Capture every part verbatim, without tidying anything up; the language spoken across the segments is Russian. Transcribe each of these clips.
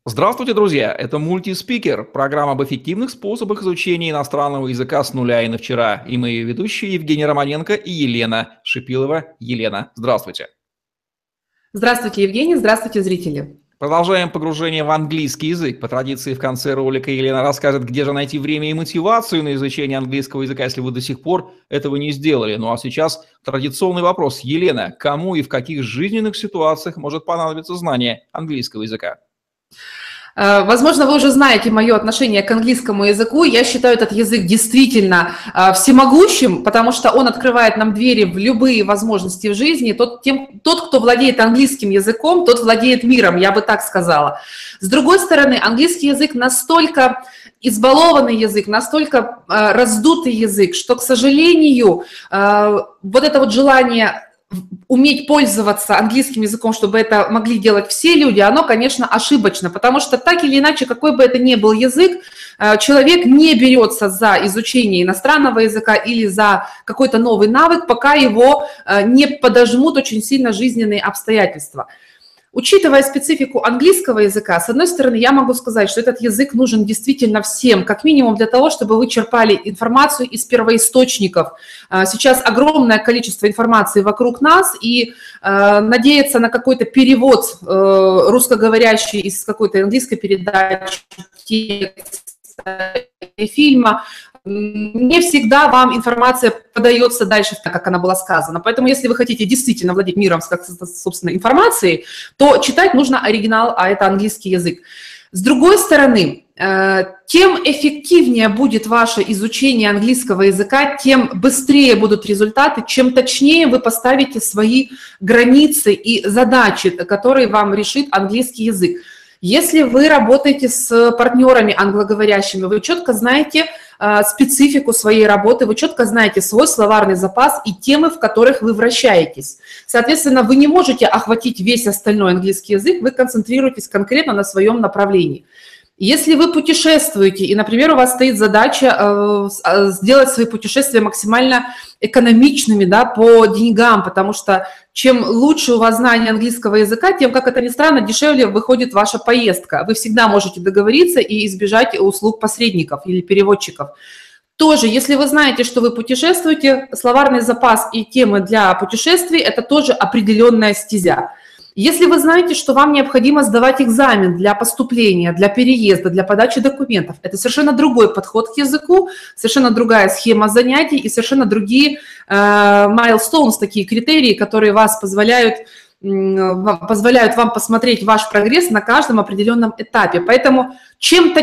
Здравствуйте, друзья! Это мультиспикер, программа об эффективных способах изучения иностранного языка с нуля и на вчера. И мы ведущие Евгений Романенко и Елена Шипилова. Елена, здравствуйте! Здравствуйте, Евгений, здравствуйте, зрители! Продолжаем погружение в английский язык. По традиции в конце ролика Елена расскажет, где же найти время и мотивацию на изучение английского языка, если вы до сих пор этого не сделали. Ну а сейчас традиционный вопрос. Елена, кому и в каких жизненных ситуациях может понадобиться знание английского языка? Возможно, вы уже знаете мое отношение к английскому языку. Я считаю этот язык действительно всемогущим, потому что он открывает нам двери в любые возможности в жизни. Тот, тем, тот, кто владеет английским языком, тот владеет миром, я бы так сказала. С другой стороны, английский язык настолько избалованный язык, настолько раздутый язык, что, к сожалению, вот это вот желание уметь пользоваться английским языком, чтобы это могли делать все люди, оно, конечно, ошибочно, потому что так или иначе, какой бы это ни был язык, человек не берется за изучение иностранного языка или за какой-то новый навык, пока его не подожмут очень сильно жизненные обстоятельства. Учитывая специфику английского языка, с одной стороны, я могу сказать, что этот язык нужен действительно всем, как минимум для того, чтобы вы черпали информацию из первоисточников. Сейчас огромное количество информации вокруг нас, и э, надеяться на какой-то перевод э, русскоговорящий из какой-то английской передачи, текста, фильма, не всегда вам информация подается дальше, так как она была сказана. Поэтому, если вы хотите действительно владеть миром, собственно, информацией, то читать нужно оригинал, а это английский язык. С другой стороны, тем эффективнее будет ваше изучение английского языка, тем быстрее будут результаты, чем точнее вы поставите свои границы и задачи, которые вам решит английский язык. Если вы работаете с партнерами англоговорящими, вы четко знаете специфику своей работы, вы четко знаете свой словарный запас и темы, в которых вы вращаетесь. Соответственно, вы не можете охватить весь остальной английский язык, вы концентрируетесь конкретно на своем направлении. Если вы путешествуете, и, например, у вас стоит задача э, сделать свои путешествия максимально экономичными, да, по деньгам, потому что чем лучше у вас знание английского языка, тем, как это ни странно, дешевле выходит ваша поездка. Вы всегда можете договориться и избежать услуг посредников или переводчиков. Тоже, если вы знаете, что вы путешествуете, словарный запас и темы для путешествий – это тоже определенная стезя. Если вы знаете, что вам необходимо сдавать экзамен для поступления, для переезда, для подачи документов, это совершенно другой подход к языку, совершенно другая схема занятий и совершенно другие э, milestones, такие критерии, которые вас позволяют, э, позволяют вам посмотреть ваш прогресс на каждом определенном этапе. Поэтому чем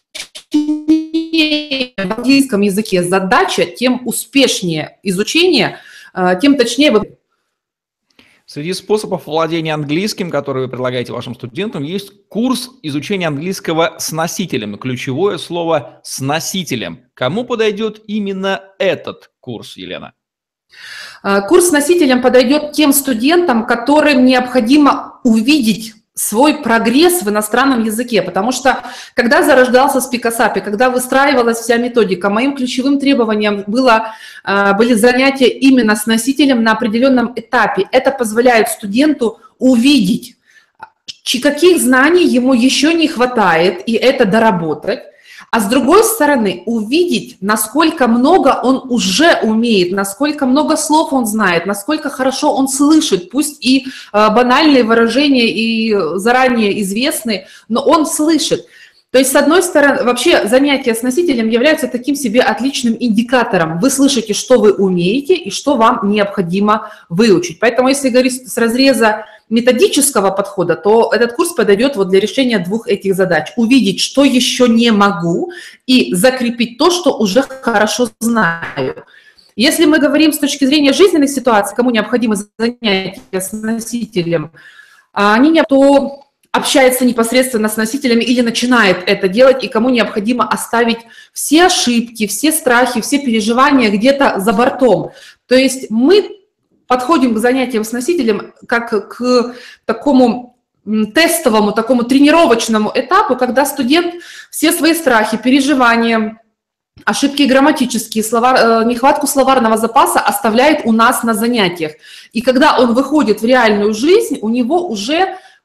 точнее в английском языке задача, тем успешнее изучение, э, тем точнее вы... Среди способов владения английским, которые вы предлагаете вашим студентам, есть курс изучения английского с носителем. Ключевое слово «с носителем». Кому подойдет именно этот курс, Елена? Курс с носителем подойдет тем студентам, которым необходимо увидеть свой прогресс в иностранном языке, потому что когда зарождался Speak-a-Sapi, когда выстраивалась вся методика, моим ключевым требованием было, были занятия именно с носителем на определенном этапе. Это позволяет студенту увидеть, каких знаний ему еще не хватает, и это доработать. А с другой стороны, увидеть, насколько много он уже умеет, насколько много слов он знает, насколько хорошо он слышит, пусть и банальные выражения и заранее известные, но он слышит. То есть, с одной стороны, вообще занятия с носителем являются таким себе отличным индикатором. Вы слышите, что вы умеете и что вам необходимо выучить. Поэтому, если говорить с разреза методического подхода, то этот курс подойдет вот для решения двух этих задач. Увидеть, что еще не могу, и закрепить то, что уже хорошо знаю. Если мы говорим с точки зрения жизненных ситуаций, кому необходимо занятия с носителем, они не то общается непосредственно с носителями или начинает это делать, и кому необходимо оставить все ошибки, все страхи, все переживания где-то за бортом. То есть мы подходим к занятиям с носителем как к такому тестовому, такому тренировочному этапу, когда студент все свои страхи, переживания, ошибки грамматические, словар, нехватку словарного запаса оставляет у нас на занятиях. И когда он выходит в реальную жизнь, у него уже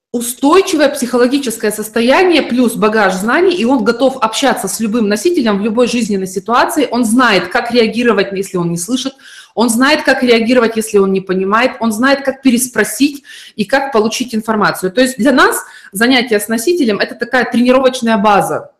устойчивое психологическое состояние плюс багаж знаний, и он готов общаться с любым носителем в любой жизненной ситуации. Он знает, как реагировать, если он не слышит, он знает, как реагировать, если он не понимает, он знает, как переспросить и как получить информацию. То есть для нас занятие с носителем – это такая тренировочная база.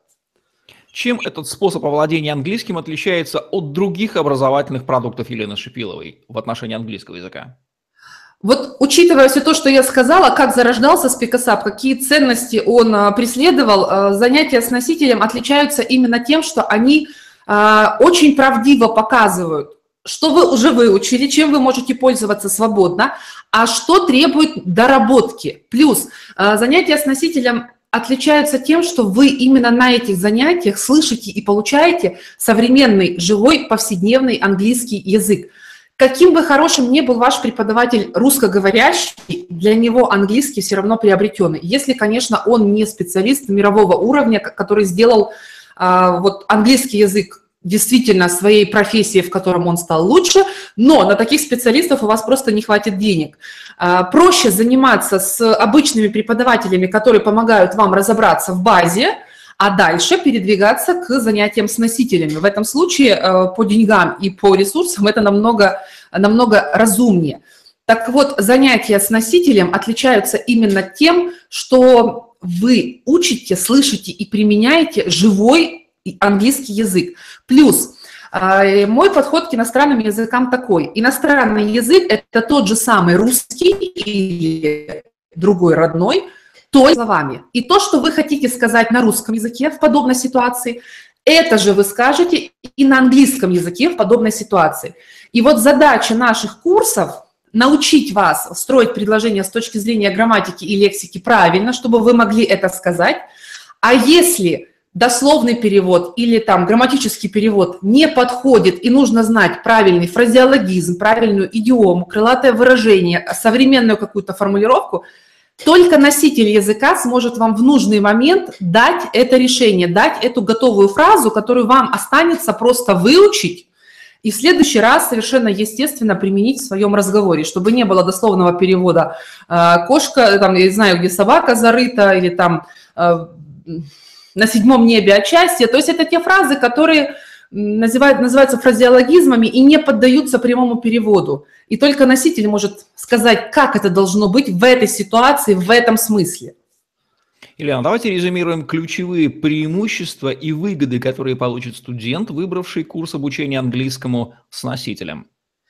Чем этот способ овладения английским отличается от других образовательных продуктов Елены Шипиловой в отношении английского языка? Вот, учитывая все то, что я сказала, как зарождался Speak-ас-Up, какие ценности он а, преследовал, а, занятия с носителем отличаются именно тем, что они а, очень правдиво показывают, что вы уже выучили, чем вы можете пользоваться свободно, а что требует доработки. Плюс а, занятия с носителем отличаются тем, что вы именно на этих занятиях слышите и получаете современный, живой, повседневный английский язык. Каким бы хорошим ни был ваш преподаватель русскоговорящий, для него английский все равно приобретенный. Если, конечно, он не специалист мирового уровня, который сделал а, вот, английский язык действительно своей профессией, в котором он стал лучше, но на таких специалистов у вас просто не хватит денег. А, проще заниматься с обычными преподавателями, которые помогают вам разобраться в базе, а дальше передвигаться к занятиям с носителями. В этом случае по деньгам и по ресурсам это намного, намного разумнее. Так вот, занятия с носителем отличаются именно тем, что вы учите, слышите и применяете живой английский язык. Плюс мой подход к иностранным языкам такой. Иностранный язык – это тот же самый русский или другой родной, то словами. И то, что вы хотите сказать на русском языке в подобной ситуации, это же вы скажете и на английском языке в подобной ситуации. И вот задача наших курсов – научить вас строить предложения с точки зрения грамматики и лексики правильно, чтобы вы могли это сказать. А если дословный перевод или там грамматический перевод не подходит и нужно знать правильный фразеологизм, правильную идиому, крылатое выражение, современную какую-то формулировку, только носитель языка сможет вам в нужный момент дать это решение, дать эту готовую фразу, которую вам останется просто выучить и в следующий раз совершенно естественно применить в своем разговоре, чтобы не было дословного перевода «кошка», там, я не знаю, где собака зарыта, или там «на седьмом небе от счастья». То есть это те фразы, которые называют, называются фразеологизмами и не поддаются прямому переводу. И только носитель может сказать, как это должно быть в этой ситуации, в этом смысле. Елена, давайте резюмируем ключевые преимущества и выгоды, которые получит студент, выбравший курс обучения английскому с носителем.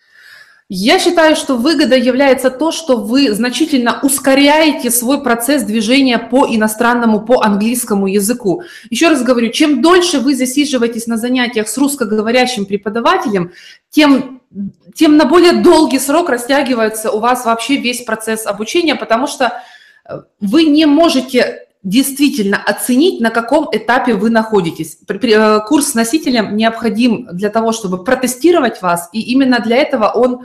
Я считаю, что выгодой является то, что вы значительно ускоряете свой процесс движения по иностранному, по английскому языку. Еще раз говорю, чем дольше вы засиживаетесь на занятиях с русскоговорящим преподавателем, тем, тем на более долгий срок растягивается у вас вообще весь процесс обучения, потому что вы не можете действительно оценить, на каком этапе вы находитесь. Курс с носителем необходим для того, чтобы протестировать вас, и именно для этого он,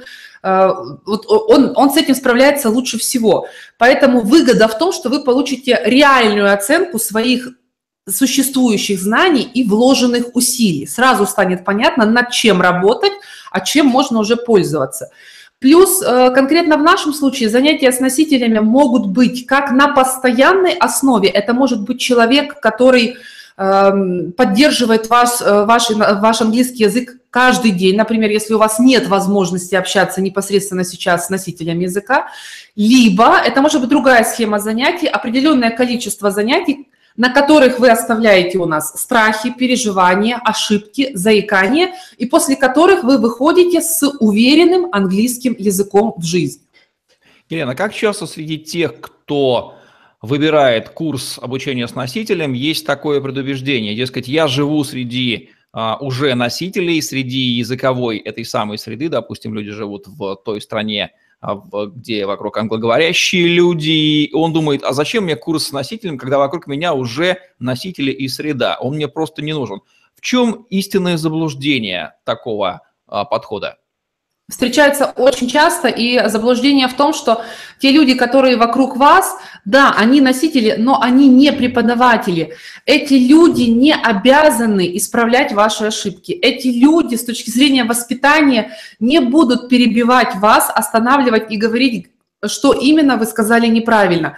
он, он с этим справляется лучше всего. Поэтому выгода в том, что вы получите реальную оценку своих существующих знаний и вложенных усилий. Сразу станет понятно, над чем работать, а чем можно уже пользоваться. Плюс конкретно в нашем случае занятия с носителями могут быть как на постоянной основе. Это может быть человек, который поддерживает вас, ваш, ваш английский язык каждый день. Например, если у вас нет возможности общаться непосредственно сейчас с носителем языка. Либо это может быть другая схема занятий, определенное количество занятий, на которых вы оставляете у нас страхи, переживания, ошибки, заикания, и после которых вы выходите с уверенным английским языком в жизнь. Елена, как часто среди тех, кто выбирает курс обучения с носителем, есть такое предубеждение? Дескать, я живу среди а, уже носителей, среди языковой этой самой среды, допустим, люди живут в той стране, где вокруг англоговорящие люди, и он думает, а зачем мне курс с носителем, когда вокруг меня уже носители и среда, он мне просто не нужен. В чем истинное заблуждение такого а, подхода? Встречается очень часто, и заблуждение в том, что те люди, которые вокруг вас, да, они носители, но они не преподаватели. Эти люди не обязаны исправлять ваши ошибки. Эти люди с точки зрения воспитания не будут перебивать вас, останавливать и говорить, что именно вы сказали неправильно.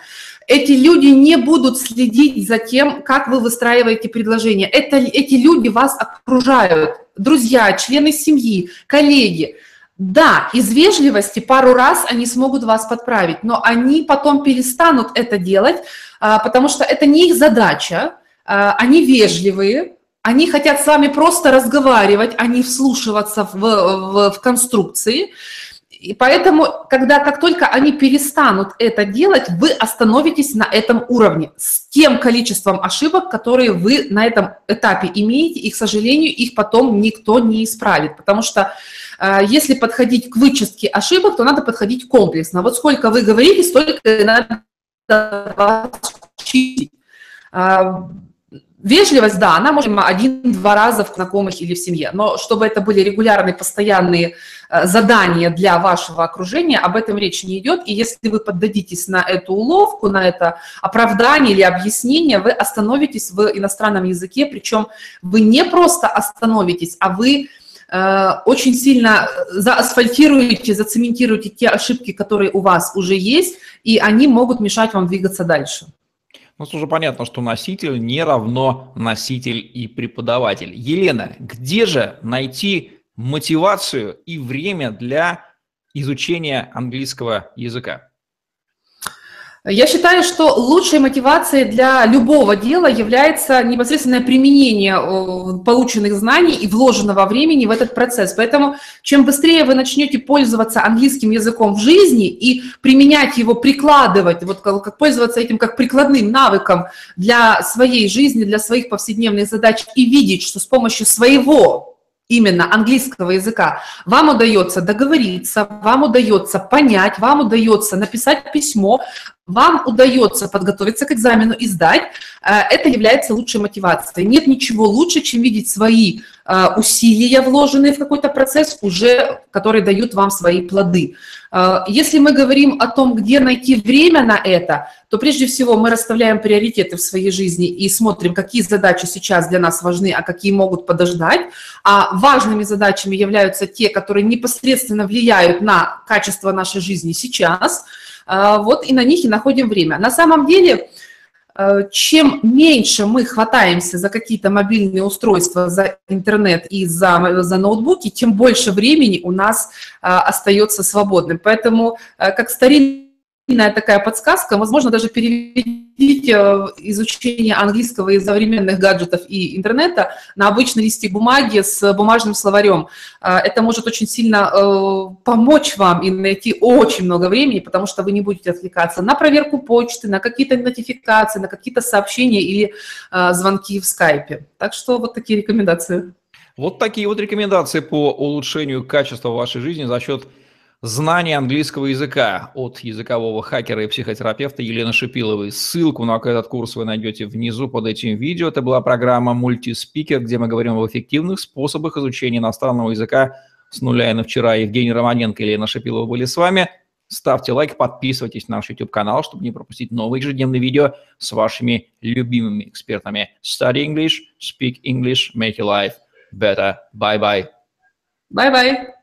Эти люди не будут следить за тем, как вы выстраиваете предложение. Это, эти люди вас окружают. Друзья, члены семьи, коллеги. Да, из вежливости пару раз они смогут вас подправить, но они потом перестанут это делать, потому что это не их задача, они вежливые, они хотят с вами просто разговаривать, а не вслушиваться в, в, в конструкции. И поэтому, когда, как только они перестанут это делать, вы остановитесь на этом уровне с тем количеством ошибок, которые вы на этом этапе имеете, и, к сожалению, их потом никто не исправит, потому что э, если подходить к вычистке ошибок, то надо подходить комплексно. Вот сколько вы говорите, столько надо вас чистить. Вежливость, да, она может один-два раза в знакомых или в семье, но чтобы это были регулярные, постоянные задания для вашего окружения, об этом речь не идет. И если вы поддадитесь на эту уловку, на это оправдание или объяснение, вы остановитесь в иностранном языке, причем вы не просто остановитесь, а вы э, очень сильно заасфальтируете, зацементируете те ошибки, которые у вас уже есть, и они могут мешать вам двигаться дальше. Ну, уже понятно, что носитель не равно носитель и преподаватель. Елена, где же найти мотивацию и время для изучения английского языка? Я считаю, что лучшей мотивацией для любого дела является непосредственное применение полученных знаний и вложенного времени в этот процесс. Поэтому чем быстрее вы начнете пользоваться английским языком в жизни и применять его, прикладывать, вот как пользоваться этим как прикладным навыком для своей жизни, для своих повседневных задач и видеть, что с помощью своего именно английского языка вам удается договориться, вам удается понять, вам удается написать письмо, вам удается подготовиться к экзамену и сдать, это является лучшей мотивацией. Нет ничего лучше, чем видеть свои усилия, вложенные в какой-то процесс, уже которые дают вам свои плоды. Если мы говорим о том, где найти время на это, то прежде всего мы расставляем приоритеты в своей жизни и смотрим, какие задачи сейчас для нас важны, а какие могут подождать. А важными задачами являются те, которые непосредственно влияют на качество нашей жизни сейчас. Вот и на них и находим время. На самом деле, чем меньше мы хватаемся за какие-то мобильные устройства, за интернет и за, за ноутбуки, тем больше времени у нас остается свободным. Поэтому, как старинная такая подсказка, возможно, даже переведите изучение английского из современных гаджетов и интернета на обычный листик бумаги с бумажным словарем. Это может очень сильно помочь вам и найти очень много времени, потому что вы не будете отвлекаться на проверку почты, на какие-то нотификации, на какие-то сообщения или звонки в скайпе. Так что вот такие рекомендации. Вот такие вот рекомендации по улучшению качества вашей жизни за счет знание английского языка от языкового хакера и психотерапевта Елены Шипиловой. Ссылку на этот курс вы найдете внизу под этим видео. Это была программа «Мультиспикер», где мы говорим об эффективных способах изучения иностранного языка с нуля и на вчера. Евгений Романенко и Елена Шипилова были с вами. Ставьте лайк, подписывайтесь на наш YouTube-канал, чтобы не пропустить новые ежедневные видео с вашими любимыми экспертами. Study English, speak English, make your life better. Bye-bye. Bye-bye.